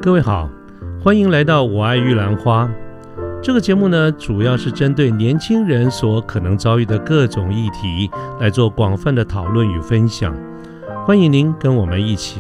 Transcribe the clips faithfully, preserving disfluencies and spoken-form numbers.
各位好，欢迎来到我爱玉兰花。这个节目呢，主要是针对年轻人所可能遭遇的各种议题来做广泛的讨论与分享。欢迎您跟我们一起。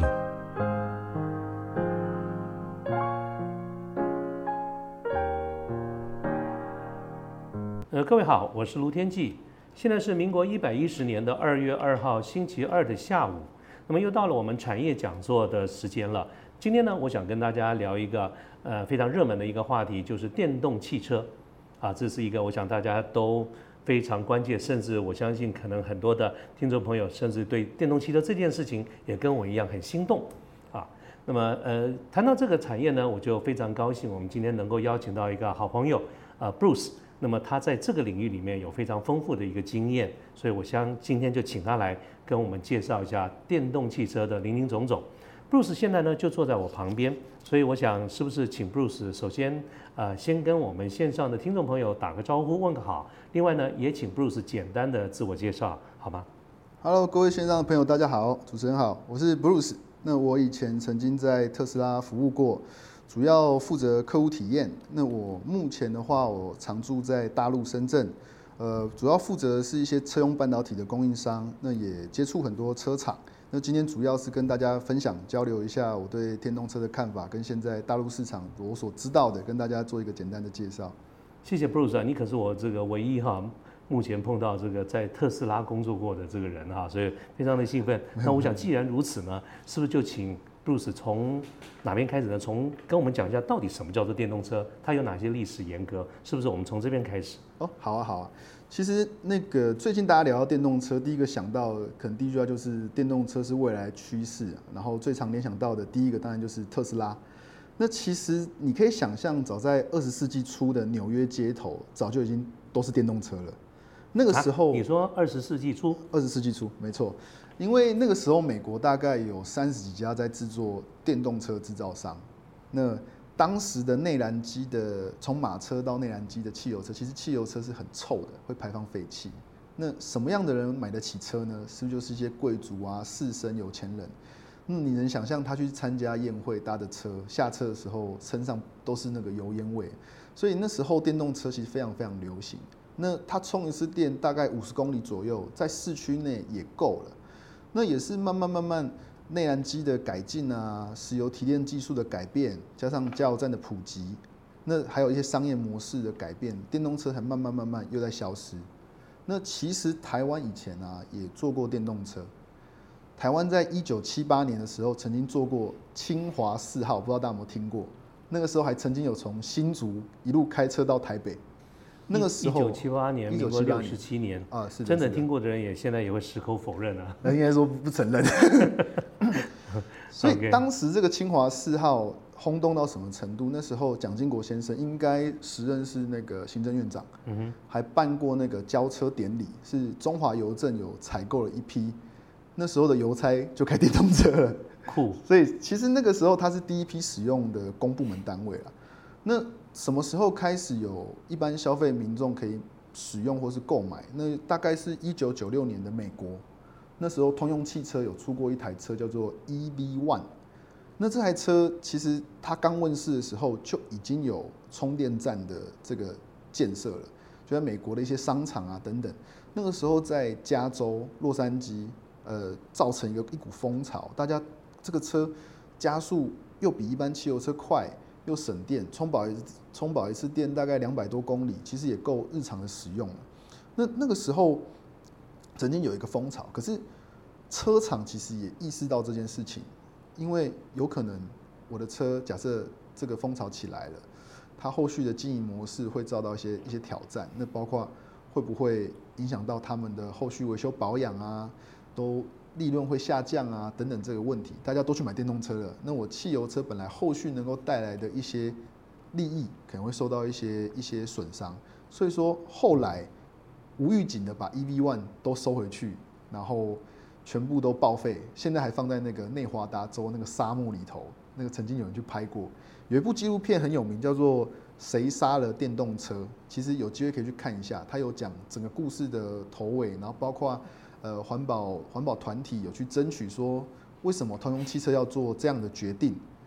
呃，各位好，我是卢天记。现在是民国一百一十年的二月二号星期二的下午，那么又到了我们产业讲座的时间了。今天呢，我想跟大家聊一个呃非常热门的一个话题，就是电动汽车啊，这是一个我想大家都非常关切，甚至我相信可能很多的听众朋友甚至对电动汽车这件事情也跟我一样很心动啊。那么呃谈到这个产业呢，我就非常高兴，我们今天能够邀请到一个好朋友啊 Bruce。那么他在这个领域里面有非常丰富的一个经验，所以我想今天就请他来跟我们介绍一下电动汽车的林林总总。Bruce 现在呢就坐在我旁边，所以我想是不是请 Bruce 首先呃先跟我们线上的听众朋友打个招呼，问个好。另外呢，也请 Bruce 简单的自我介绍，好吗 ？Hello， 各位线上的朋友，大家好，主持人好，我是 Bruce。那我以前曾经在特斯拉服务过。主要负责客户体验。那我目前的话，我常住在大陆深圳，呃，主要负责的是一些车用半导体的供应商，那也接触很多车厂。那今天主要是跟大家分享交流一下我对电动车的看法，跟现在大陆市场我所知道的，跟大家做一个简单的介绍。 谢谢 Bruce 啊，你可是我这个唯一哈，目前碰到这个在特斯拉工作过的这个人哈，所以非常的兴奋。那我想既然如此呢，是不是就请Bruce 从哪边开始呢？从跟我们讲一下到底什么叫做电动车，它有哪些历史沿革？是不是我们从这边开始？ 哦，好啊，好啊。其实那个最近大家聊到电动车，第一个想到可能第一句话就是电动车是未来趋势，然后最常联想到的第一个当然就是特斯拉。那其实你可以想象，早在二十世纪初的纽约街头，早就已经都是电动车了。那个时候， 啊、你说二十世纪初？ 二十世纪初，没错。因为那个时候，美国大概有三十几家在制作电动车制造商。那当时的内燃机的，从马车到内燃机的汽油车，其实汽油车是很臭的，会排放废气。那什么样的人买得起车呢？是不是就是一些贵族啊、士绅、有钱人？那你能想象他去参加宴会搭的车，下车的时候身上都是那个油烟味？所以那时候电动车其实非常非常流行。那它充一次电大概五十公里左右，在市区内也够了。那也是慢慢慢慢内燃机的改进啊，石油提炼技术的改变，加上加油站的普及，那还有一些商业模式的改变，电动车才慢慢慢慢又在消失。那其实台湾以前啊也做过电动车，台湾在一九七八年的时候曾经做过清华四号，不知道大家有没有听过？那个时候还曾经有从新竹一路开车到台北。那个时候， 一九七八年，民国六十七年啊，是的真的听过的人也现在也会矢口否认啊。 那应该说不承认。所以当时这个清华四号轰动到什么程度？那时候蒋经国先生应该时任是那个行政院长，嗯哼，还办过那个交车典礼，是中华邮政有采购了一批，那时候的邮差就开电动车了， 酷。 所以其实那个时候它是第一批使用的公部门单位了。那什么时候开始有一般消费民众可以使用或是购买？那大概是一九九六年的美国，那时候通用汽车有出过一台车叫做 E V 一。那这台车其实它刚问世的时候就已经有充电站的这个建设了，就在美国的一些商场啊等等。那个时候在加州洛杉矶，呃，造成一个一股风潮，大家这个车加速又比一般汽油车快。又省电，充饱一充饱一次电大概两百多公里，其实也够日常的使用了。那那个时候曾经有一个风潮，可是车厂其实也意识到这件事情，因为有可能我的车假设这个风潮起来了，它后续的经营模式会遭到一些一些挑战，那包括会不会影响到他们的后续维修保养啊，都。利润会下降啊，等等这个问题，大家都去买电动车了。那我汽油车本来后续能够带来的一些利益，可能会受到一些一些损伤。所以说后来无预警的把 E V 一 都收回去，然后全部都报废。现在还放在那个内华达州那个沙漠里头。那个曾经有人去拍过，有一部纪录片很有名，叫做《谁杀了电动车》。其实有机会可以去看一下，它有讲整个故事的头尾，然后包括。呃，环保环保团体有去争取说，为什么通用汽车要做这样的决定？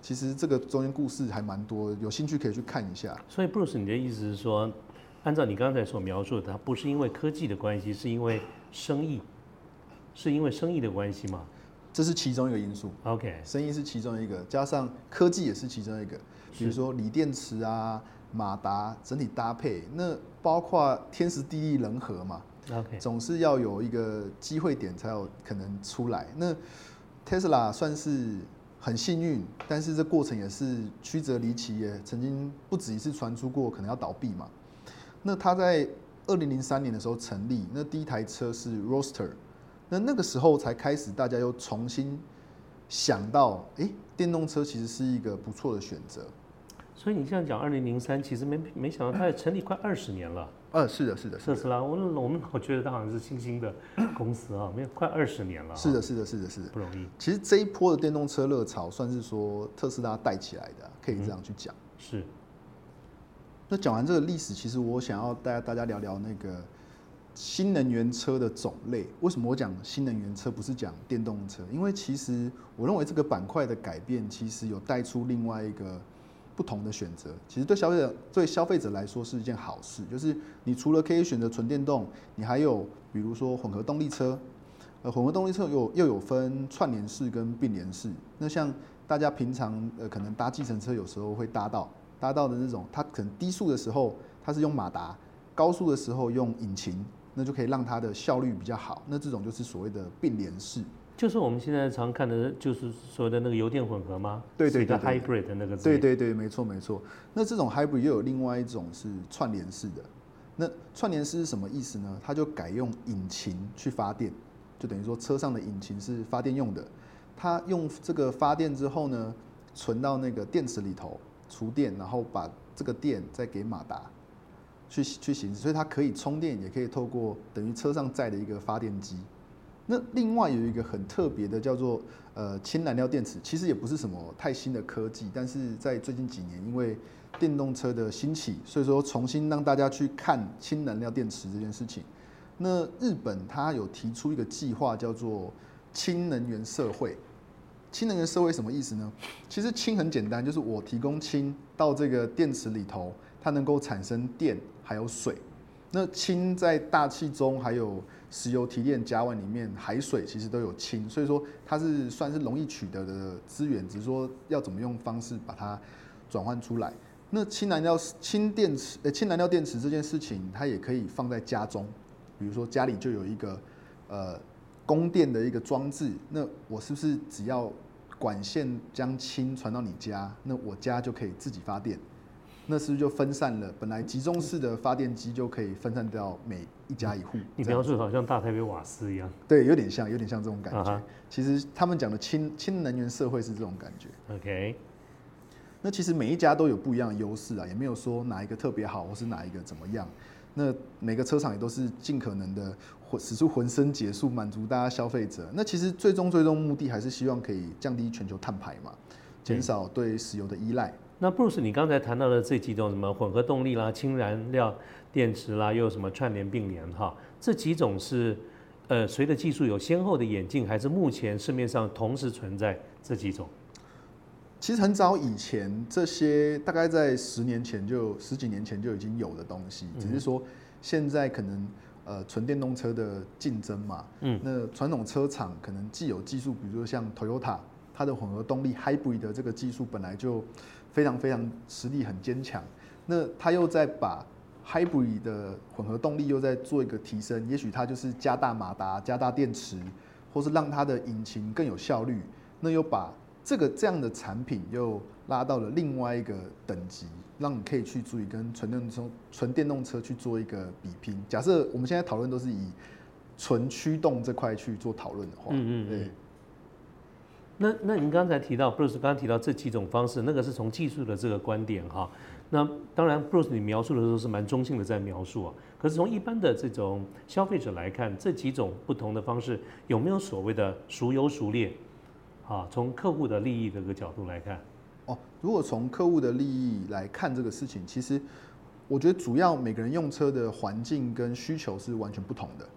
其实这个中间故事还蛮多的，有兴趣可以去看一下。 所以 Bruce， 你的意思是说，按照你刚才所描述的，它不是因为科技的关系，是因为生意，是因为生意的关系吗？ 这是其中一个因素。 OK， 生意是其中一个，加上科技也是其中一个，比如说锂电池啊、马达整体搭配，那包括天时地利人和嘛。 OK， 总是要有一个机会点才有可能出来。那 Tesla 算是很幸运，但是这过程也是曲折离奇，也曾经不止一次传出过可能要倒闭嘛。那他在二零零三年的时候成立，那第一台车是 Roadster， 那那个时候才开始大家又重新想到，哎、欸，电动车其实是一个不错的选择。 所以你这样讲，二零零三其实没没想到它也成立快二十年了。 呃，是的，是的， 特斯拉，我我们老觉得它好像是新兴的公司啊，没有快二十年了。 是的，是的，是的，是的， 不容易。 其实这一波的电动车热潮，算是说特斯拉带起来的，可以这样去讲。 嗯、是。 那讲完这个历史，其实我想要带大家聊聊那个新能源车的种类。为什么我讲新能源车，不是讲电动车？因为其实我认为这个板块的改变，其实有带出另外一个不同的选择。其实对消费者对消费者来说是一件好事，就是你除了可以选择纯电动，你还有比如说混合动力车。呃，混合动力车有又有分串联式跟并联式。那像大家平常呃可能搭计程车，有时候会搭到。搭到的那种，它可能低速的时候它是用马达，高速的时候用引擎，那就可以让它的效率比较好。那这种就是所谓的并联式， 就是我们现在常看的，就是所谓的那个油电混合吗？ 对对对 ，hybrid 的那个字。 对对对，没错没错。那这种 hybrid 又有另外一种是串联式的。那串联式是什么意思呢？它就改用引擎去发电，就等于说车上的引擎是发电用的，它用这个发电之后呢，存到那个电池里头。储电，然后把这个电再给马达去去行驶，所以它可以充电，也可以透过等于车上载的一个发电机。那另外有一个很特别的叫做呃氢燃料电池，其实也不是什么太新的科技，但是在最近几年因为电动车的兴起，所以说重新让大家去看氢燃料电池这件事情。那日本它有提出一个计划叫做氢能源社会。氢能源社会什么意思呢？其实氢很简单，就是我提供氢到这个电池里头，它能够产生电还有水。那氢在大气中还有石油提炼甲烷里面，海水其实都有氢，所以说它是算是容易取得的资源，只是说要怎么用方式把它转换出来。那氢燃料氢电池呃氢燃料电池这件事情，它也可以放在家中，比如说家里就有一个呃供电的一个装置，那我是不是只要管线将氢传到你家，那我家就可以自己发电，那是不是就分散了？本来集中式的发电机就可以分散掉每一家一户。 你描述好像大台北瓦斯一样。 对，有点像，有点像这种感觉。 Uh-huh. 其实他们讲的氢氢能源社会是这种感觉。 OK。 那其实每一家都有不一样的优势啊，也没有说哪一个特别好，或是哪一个怎么样。那每个车厂也都是尽可能的使出浑身解数，满足大家消费者。那其实最终最终目的还是希望可以降低全球碳排嘛，减少对石油的依赖。 那 Bruce， 你刚才谈到的这几种什么混合动力啦、氢燃料电池啦，又有什么串联并联哈，这几种是呃随着技术有先后的演进，还是目前市面上同时存在这几种？ 其实很早以前，这些大概在十年前就十几年前就已经有的东西，只是说现在可能呃纯电动车的竞争嘛，嗯，那传统车厂可能既有技术，比如说像 Toyota， 它的混合动力 Hybrid 的这个技术本来就非常非常实力很坚强，那它又在把 Hybrid 的混合动力又在做一个提升，也许它就是加大马达、加大电池，或是让它的引擎更有效率，那又把这个这样的产品又拉到了另外一个等级，让你可以去注意跟纯电动车、纯电动车去做一个比拼。假设我们现在讨论都是以纯驱动这块去做讨论的话，嗯嗯，对。 那那您刚才提到 ，Bruce 刚刚提到这几种方式，那个是从技术的这个观点哈。那当然 ，Bruce 你描述的时候是蛮中性的在描述啊。可是从一般的这种消费者来看，这几种不同的方式有没有所谓的孰优孰劣？啊，从客户的利益这个角度来看， 哦，如果从客户的利益来看这个事情，其实我觉得主要每个人用车的环境跟需求是完全不同的。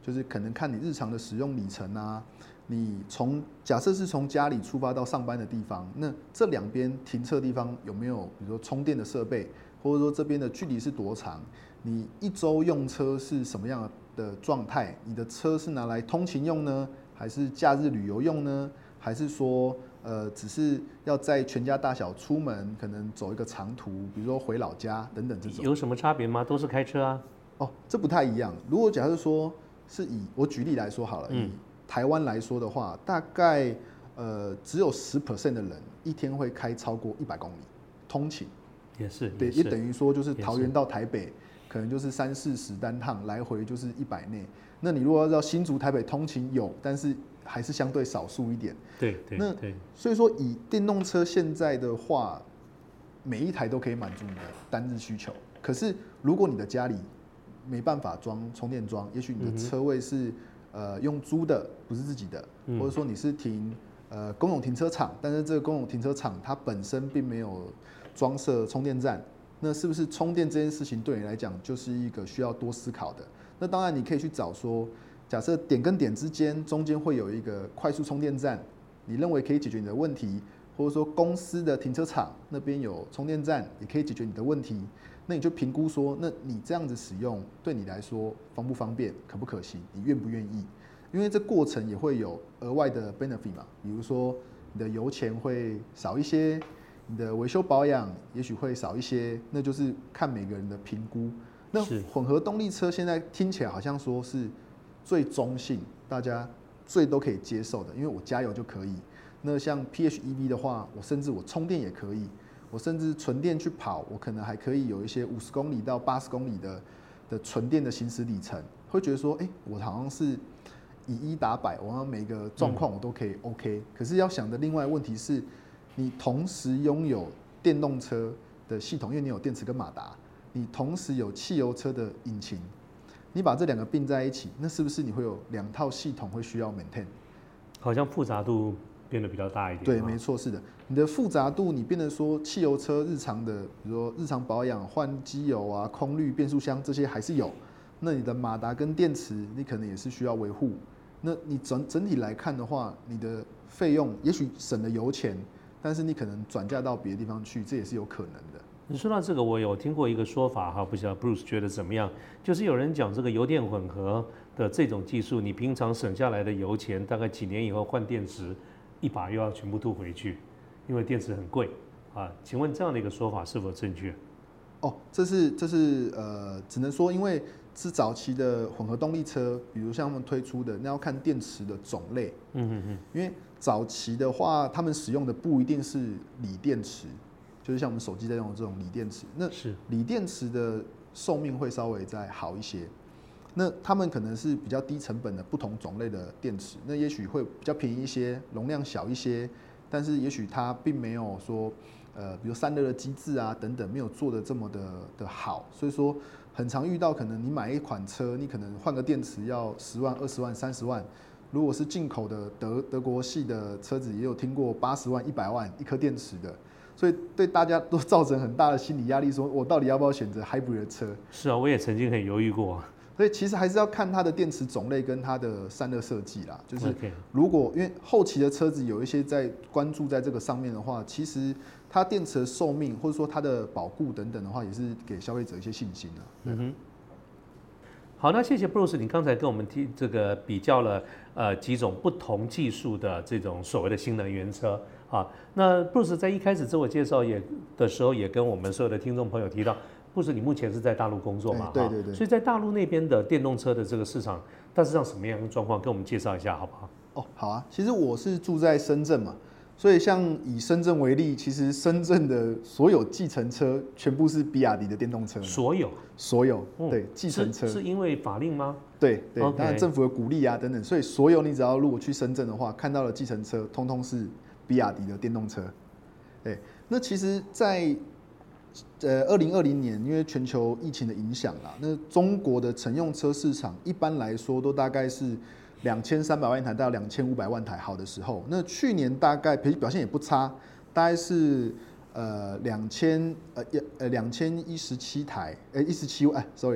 就是可能看你日常的使用里程啊，你从假设是从家里出发到上班的地方，那这两边停车的地方有没有比如说充电的设备，或者说这边的距离是多长？你一周用车是什么样的状态？你的车是拿来通勤用呢，还是假日旅游用呢？还是说呃只是要载全家大小出门，可能走一个长途，比如说回老家等等这种？ 有什么差别吗？都是开车啊。 哦，这不太一样。如果假设说是以我举例来说好了， 嗯、 以台湾来说的话，大概呃只有十 percent 的人一天会开超过一百公里通勤。 也是， 对， 也, 也等于说就是桃园是到台北，可能就是三四十单趟，来回就是一百内。那你如果要到新竹、台北通勤有，但是还是相对少数一点。 对对那对。 所以说以电动车现在的话，每一台都可以满足你的单日需求。可是如果你的家里没办法装充电桩，也许你的车位是、嗯、呃用租的，不是自己的， 嗯、 或者说你是停呃公有停车场，但是这个公有停车场它本身并没有装设充电站，那是不是充电这件事情对你来讲就是一个需要多思考的？那当然你可以去找说，假设点跟点之间中间会有一个快速充电站，你认为可以解决你的问题，或者说公司的停车场那边有充电站也可以解决你的问题，那你就评估说，那你这样子使用对你来说方不方便，可不可行，你愿不愿意？因为这过程也会有额外的 benefit 嘛，比如说你的油钱会少一些，你的维修保养也许会少一些，那就是看每个人的评估。那混合动力车现在听起来好像说是最中性，大家最都可以接受的，因为我加油就可以。那像 P H E V 的话，我甚至我充电也可以，我甚至纯电去跑，我可能还可以有一些五十公里到八十公里的的纯电的行驶里程，会觉得说，哎、欸，我好像是以一打百，我好像每个状况我都可以 OK、嗯。可是要想的另外问题是，你同时拥有电动车的系统，因为你有电池跟马达。你同时有汽油车的引擎，你把这两个并在一起，那是不是你会有两套系统会需要 maintain？ 好像复杂度变得比较大一点。 对，没错，是的。你的复杂度，你变得说汽油车日常的，比如说日常保养、换机油啊、空滤、变速箱这些还是有。那你的马达跟电池，你可能也是需要维护。那你整整体来看的话，你的费用也许省了油钱，但是你可能转嫁到别的地方去，这也是有可能的。 你说到这个，我有听过一个说法哈，不知道 Bruce 觉得怎么样？就是有人讲这个油电混合的这种技术，你平常省下来的油钱，大概几年以后换电池，一把又要全部吐回去，因为电池很贵啊。请问这样的一个说法是否正确？ 哦，这是这是呃，只能说因为是早期的混合动力车，比如像他们推出的，那要看电池的种类。 嗯嗯嗯。 因为早期的话，他们使用的不一定是锂电池。就是像我们手机在用的这种锂电池，那锂电池的寿命会稍微再好一些。那他们可能是比较低成本的不同种类的电池，那也许会比较便宜一些，容量小一些，但是也许它并没有说，呃，比如散热的机制啊等等，没有做的这么的的好。所以说，很常遇到可能你买一款车，你可能换个电池要十万、二十万、三十万。如果是进口的德德国系的车子，也有听过八十万、一百万一颗电池的。所以对大家都造成很大的心理压力，说我到底要不要选择 hybrid 的车？ 是啊，我也曾经很犹豫过。 所以其实还是要看它的电池种类跟它的散热设计啦。就是如果因为后期的车子有一些在关注在这个上面的话，其实它电池的寿命或者说它的保固等等的话，也是给消费者一些信心的。 嗯哼。好，那谢谢 Bruce， 你刚才跟我们提这个比较了呃几种不同技术的这种所谓的新能源车啊。那 Bruce 在一开始自我介绍也的时候，也跟我们所有的听众朋友提到，Bruce 你目前是在大陆工作嘛？ 对对对。 所以在大陆那边的电动车的这个市场，大致上什么样的状况，跟我们介绍一下好不好？ 哦，好啊。其实我是住在深圳嘛。所以像以深圳为例，其实深圳的所有计程车全部是比亚迪的电动车。 所有， 所有，对，计程车是, 是因为法令吗？ 对对， okay. 当然政府的鼓励啊等等，所以所有你只要如果去深圳的话，看到的计程车，通通是比亚迪的电动车。对，那其实在，在呃二零二零年，因为全球疫情的影响啦，那中国的乘用车市场一般来说都大概是两千三百万台到两千五百万台好的时候，那去年大概表现也不差，大概是呃两千呃呃两千一十七台，呃一十七万，sorry，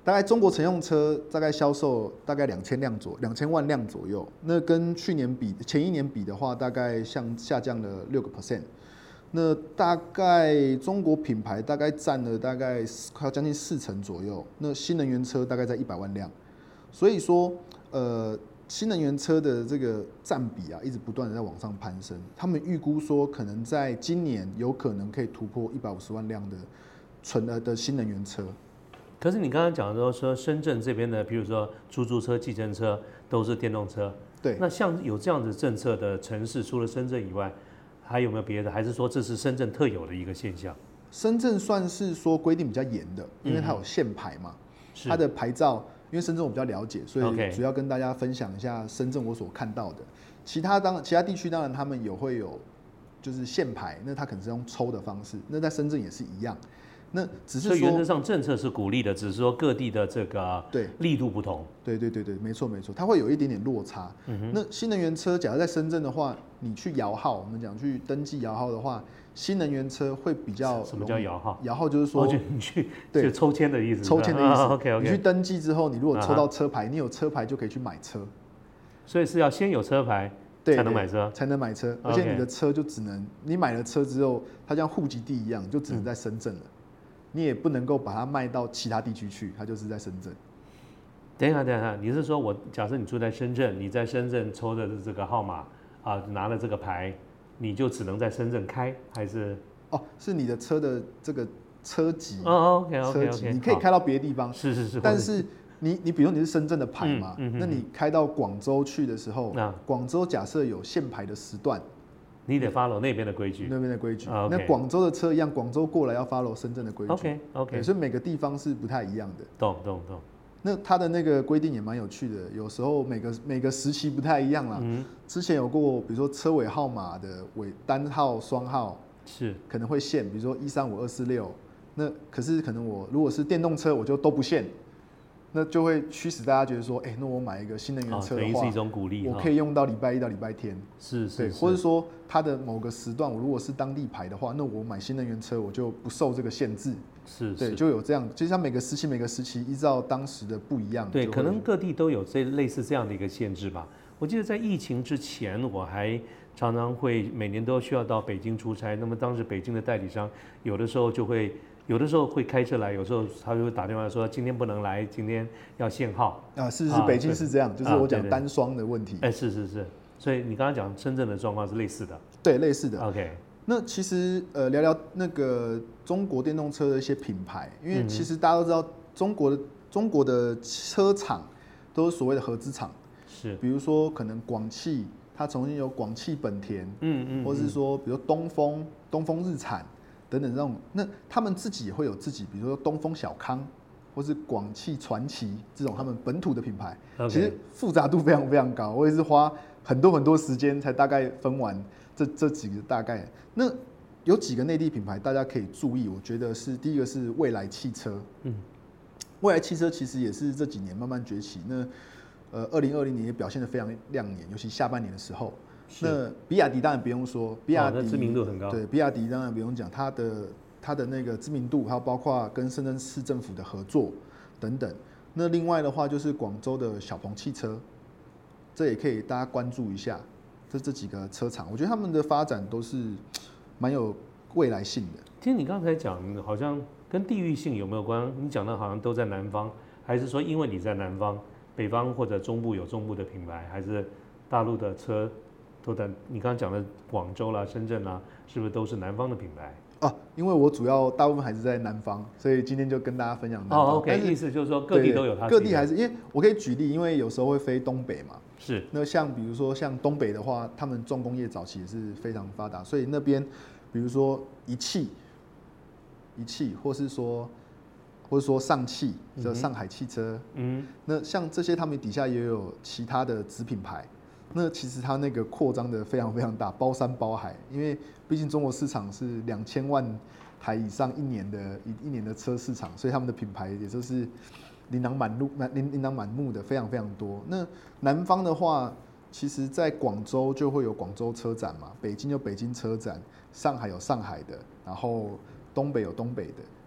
大概中国乘用车大概销售大概两千辆左两千万辆左右，那跟去年比前一年比的话，大概向下降了六个 percent。那大概中国品牌大概占了大概快要将近四成左右，那新能源车大概在一百万辆，所以说呃新能源车的这个占比啊，一直不断的在往上攀升。他们预估说，可能在今年有可能可以突破一百五十万辆的纯的的新能源车。 可是你刚刚讲的说，深圳这边的，比如说出租车、计程车都是电动车。 对。 那像有这样子政策的城市，除了深圳以外，还有没有别的？还是说这是深圳特有的一个现象？ 深圳算是说规定比较严的，因为它有限牌嘛， 嗯、 它的牌照，因为深圳我比较了解，所以主要跟大家分享一下深圳我所看到的。其他当其他地区当然他们有会有就是限牌，那它可能是用抽的方式，那在深圳也是一样。那只是说， 所以原则上政策是鼓励的，只是说各地的这个对力度不同。 对对对对，没错没错，它会有一点点落差。嗯、那新能源车，假如在深圳的话，你去摇号，我们讲去登记摇号的话，新能源车会比较什么叫摇号？ 摇号就是说， 哦、就你去对抽签的意思， 抽签的意思。 啊、OK OK。 你去登记之后，你如果抽到车牌，你有车牌就可以去买车。 所以是要先有车牌才能买车， 才能买车，而且你的车就只能你买了车之后，它像户籍地一样，就只能在深圳了。嗯，你也不能够把它卖到其他地区去，它就是在深圳。 等一下，等一下，你是说我假设你住在深圳，你在深圳抽的这个号码啊，拿了这个牌，你就只能在深圳开，还是？ 哦，是你的车的这个车籍哦 ，OK OK 车籍 OK， 你可以开到别的地方， 是是是， 但是你你比如你是深圳的牌嘛， 嗯嗯嗯、 那你开到广州去的时候，广、啊、州假设有限牌的时段。 你得 follow 那边的规矩， 那边的规矩。 啊 okay、 那广州的车一样，广州过来要 follow 深圳的规矩。 OK OK。 所以每个地方是不太一样的。 懂懂懂。 那它的那个规定也蛮有趣的，有时候每个每个时期不太一样啦。嗯。之前有过，比如说车尾号码的尾单号、双号是可能会限，比如说一三五二四六。那可是可能我如果是电动车，我就都不限。那就会驱使大家觉得说，哎、欸，那我买一个新能源车的话， 等于是一种鼓励， 我可以用到礼拜一到礼拜天， 是是， 对，或者说它的某个时段，我如果是当地牌的话，那我买新能源车我就不受这个限制， 是， 对，就有这样，就像每个时期每个时期依照当时的不一样， 对，可能各地都有这类似这样的一个限制吧。我记得在疫情之前，我还常常会每年都需要到北京出差，那么当时北京的代理商有的时候就会。有的时候会开车来，有时候他就会打电话说今天不能来，今天要限号啊。是是，北京是这样，就是我讲单双的问题。 哎、啊，是是是，所以你刚刚讲深圳的状况是类似的。 对，类似的。 OK。 那其实呃，聊聊那个中国电动车的一些品牌，因为其实大家都知道，中国的中国的车厂都是所谓的合资厂， 是， 比如说可能广汽，它曾经有广汽本田， 嗯嗯， 或是说比如东风、东风日产。等等这种，那他们自己也会有自己，比如说东风小康，或是广汽传祺这种他们本土的品牌， okay. 其实复杂度非常非常高。我也是花很多很多时间才大概分完这这几个大概。那有几个内地品牌大家可以注意，我觉得是第一个是蔚来汽车，嗯，蔚来汽车其实也是这几年慢慢崛起。那呃，二零二零年也表现得非常亮眼，尤其下半年的时候。那比亚迪当然不用说，比亚迪、哦、 知名度很高。 对，比亚迪当然不用讲，它的它的那个知名度，还有包括跟深圳市政府的合作等等。那另外的话就是广州的小鹏汽车，这也可以大家关注一下。这这几个车厂，我觉得他们的发展都是蛮有未来性的。 其实你刚才讲，好像跟地域性有没有关？你讲的好像都在南方，还是说因为你在南方，北方或者中部有中部的品牌，还是大陆的车？都在你刚刚讲的广州啦、深圳啦，是不是都是南方的品牌？ 哦，因为我主要大部分还是在南方，所以今天就跟大家分享南方。 哦 ，OK， 意思就是说各地都有它。 各地还是因为我可以举例，因为有时候会飞东北嘛。 是。 那像比如说像东北的话，他们重工业早期也是非常发达，所以那边比如说一汽、一汽，或是说或是说上汽，就上海汽车。嗯。那像这些他们底下也有其他的子品牌。那其实它那个扩张的非常非常大，包山包海，因为毕竟中国市场是两千万台以上一年的一一年的车市场，所以他们的品牌也就是琳琅满目、琳琳琅满目的非常非常多。那南方的话，其实在广州就会有广州车展嘛，北京有北京车展，上海有上海的，然后东北有东北的，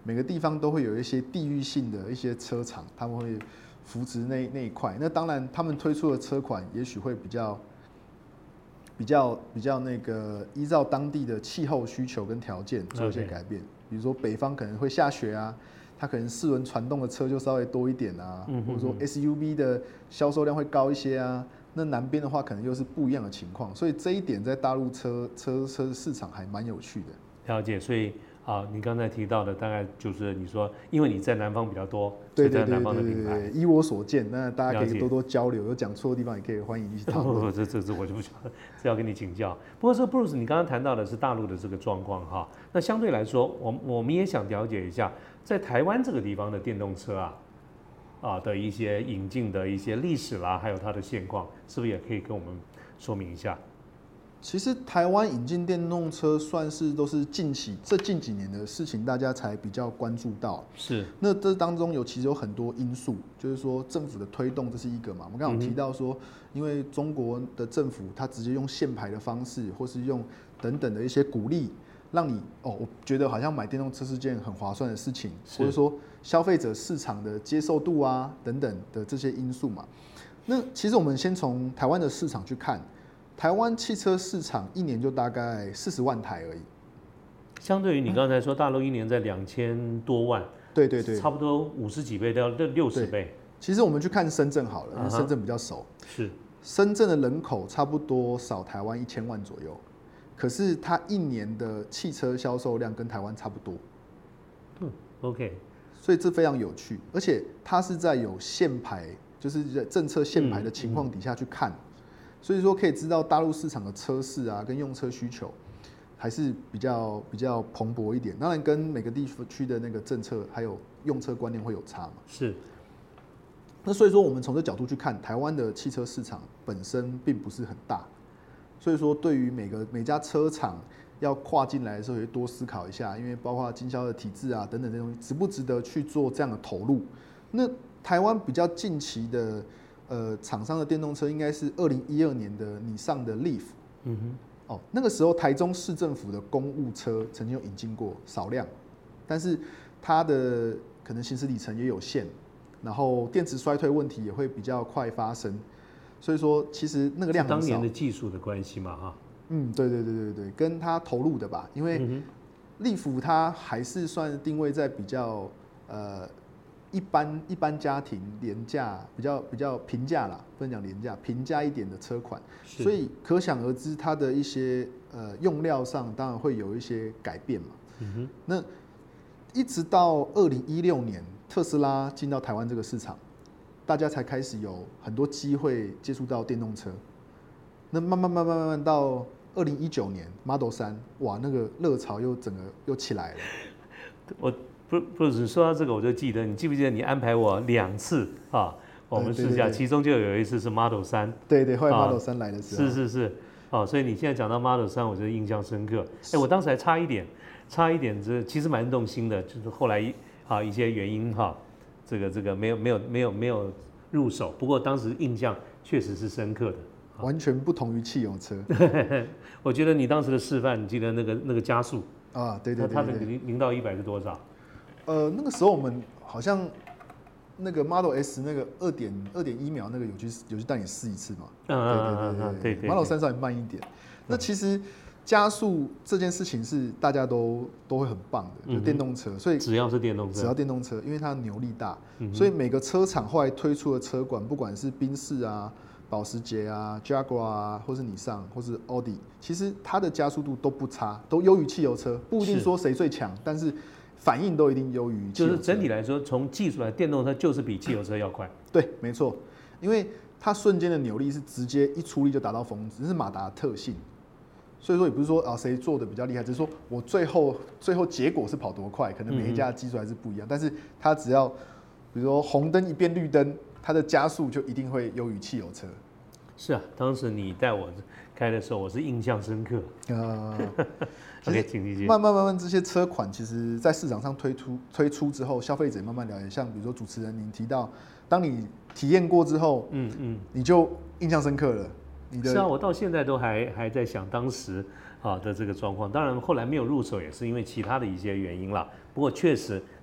每个地方都会有一些地域性的一些车厂，他们会扶持那那一块。那当然，他们推出的车款也许会比较比较比较那个依照当地的气候需求跟条件做一些改变。Okay. 比如说北方可能会下雪啊，它可能四轮传动的车就稍微多一点啊，嗯、或者说 S U V 的销售量会高一些啊。那南边的话，可能又是不一样的情况，所以这一点在大陆车车车市场还蛮有趣的。 了解，所以啊，你刚才提到的大概就是你说，因为你在南方比较多， 对对对对对对，依我所见，那大家可以多多交流，有讲错的地方也可以欢迎一起讨论。 这这这我就不晓得，这要跟你请教。不过这 Bruce， 你刚刚谈到的是大陆的这个状况哈，那相对来说，我我们也想了解一下，在台湾这个地方的电动车啊。啊的一些引进的一些历史啦，还有它的现况，是不是也可以跟我们说明一下？ 其实台湾引进电动车算是都是近期这近几年的事情，大家才比较关注到。 是。 那这当中有其实有很多因素，就是说政府的推动，这是一个嘛。我们刚刚有提到说，嗯、因为中国的政府它直接用限牌的方式，或是用等等的一些鼓励。让你哦，我觉得好像买电动车是件很划算的事情，或者说消费者市场的接受度啊等等的这些因素嘛。那其实我们先从台湾的市场去看，台湾汽车市场一年就大概四十万台而已， 相对于你刚才说大陆一年在两千多万， 对对对， 差不多五十几倍到六十倍。 其实我们去看深圳好了，因为深圳比较熟， 是深圳的人口差不多少台湾一千万左右。可是它一年的汽车销售量跟台湾差不多， 嗯 ，OK， 所以这非常有趣，而且它是在有限牌，就是政策限牌的情况底下去看，嗯嗯、所以说可以知道大陆市场的车市啊跟用车需求还是比较比较蓬勃一点，当然跟每个地区的那个政策还有用车观念会有差嘛。 是。 那所以说我们从这角度去看，台湾的汽车市场本身并不是很大。所以说，对于每个每家车厂要跨进来的时候，也多思考一下，因为包括经销的体制啊等等这些东西，值不值得去做这样的投入？那台湾比较近期的呃厂商的电动车，应该是二零一二年的你上的 Leaf， 嗯哼，哦，那个时候台中市政府的公务车曾经有引进过少量，但是它的可能行驶里程也有限，然后电池衰退问题也会比较快发生。所以说，其实那个量很少。 当年的技术的关系嘛，哈。 嗯，对对对对对，跟他投入的吧，因为利福它还是算定位在比较呃一般一般家庭廉价比较比较平价啦，不能讲廉价，平价一点的车款，所以可想而知它的一些呃用料上当然会有一些改变嘛。嗯哼，那一直到二零一六年特斯拉进到台湾这个市场。大家才开始有很多机会接触到电动车，那慢慢慢慢慢慢到二零一九年 Model 三，哇，那个热潮又整个又起来了。 我不不是说到这个，我就记得，你记不记得你安排我两次啊？我们试驾，对对对，其中就有一次是 Model 三。 对对，后来 Model 三来的时候。 是是是，哦，所以你现在讲到 Model 三，我觉得印象深刻。哎，我当时还差一点，差一点，这其实蛮动心的，就是后来啊一些原因哈。这个这个没有没有没有没有入手，不过当时印象确实是深刻的， 完全不同于汽油车。 我觉得你当时的示范，你记得那个那个加速啊，对对 对, 对， 它的零零到一百是多少？ 呃，那个时候我们好像那个 Model S 那个二点二点一秒那个有去有去带你试一次嘛？ 嗯嗯嗯嗯，对对。 Model 三稍微慢一点，那其实。加速这件事情是大家都都会很棒的，就电动车， 嗯、 所以只要是电动车， 只要电动车，因为它扭力大，嗯、所以每个车厂后来推出的车款，不管是宾士啊、保时捷啊、Jaguar 啊，或是你上，或是奥迪，其实它的加速度都不差，都优于汽油车，不一定说谁最强，但是反应都一定优于汽油车。 就是整体来说，从技术来，电动车就是比汽油车要快。 对，没错，因为它瞬间的扭力是直接一出力就达到峰值，这是马达的特性。所以说也不是说啊谁做的比较厉害，只是说我最后最后结果是跑多快，可能每一家的技术还是不一样，嗯、但是它只要比如说红灯一变绿灯，它的加速就一定会优于汽油车。 是啊，当时你带我开的时候，我是印象深刻。啊、呃，OK， 请继续。 慢慢慢慢这些车款，其实在市场上推出推出之后，消费者慢慢了解。像比如说主持人您提到，当你体验过之后，嗯嗯，你就印象深刻了。 是啊，我到现在都还还在想当时啊的这个状况。当然后来没有入手，也是因为其他的一些原因啦。不过确实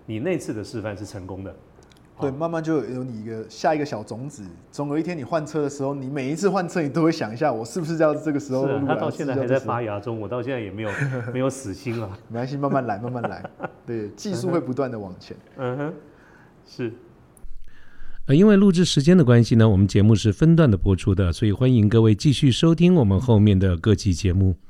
你那次的示范是成功的。 对，慢慢就有你一个下一个小种子，总有一天你换车的时候，你每一次换车你都会想一下，我是不是要这个时候入来？ 是啊，他到现在还在发芽中，我到现在也没有没有死心啊。 没关系，慢慢来，慢慢来。对，技术会不断的往前。 嗯哼，是。呃，因为录制时间的关系呢，我们节目是分段的播出的，所以欢迎各位继续收听我们后面的各期节目。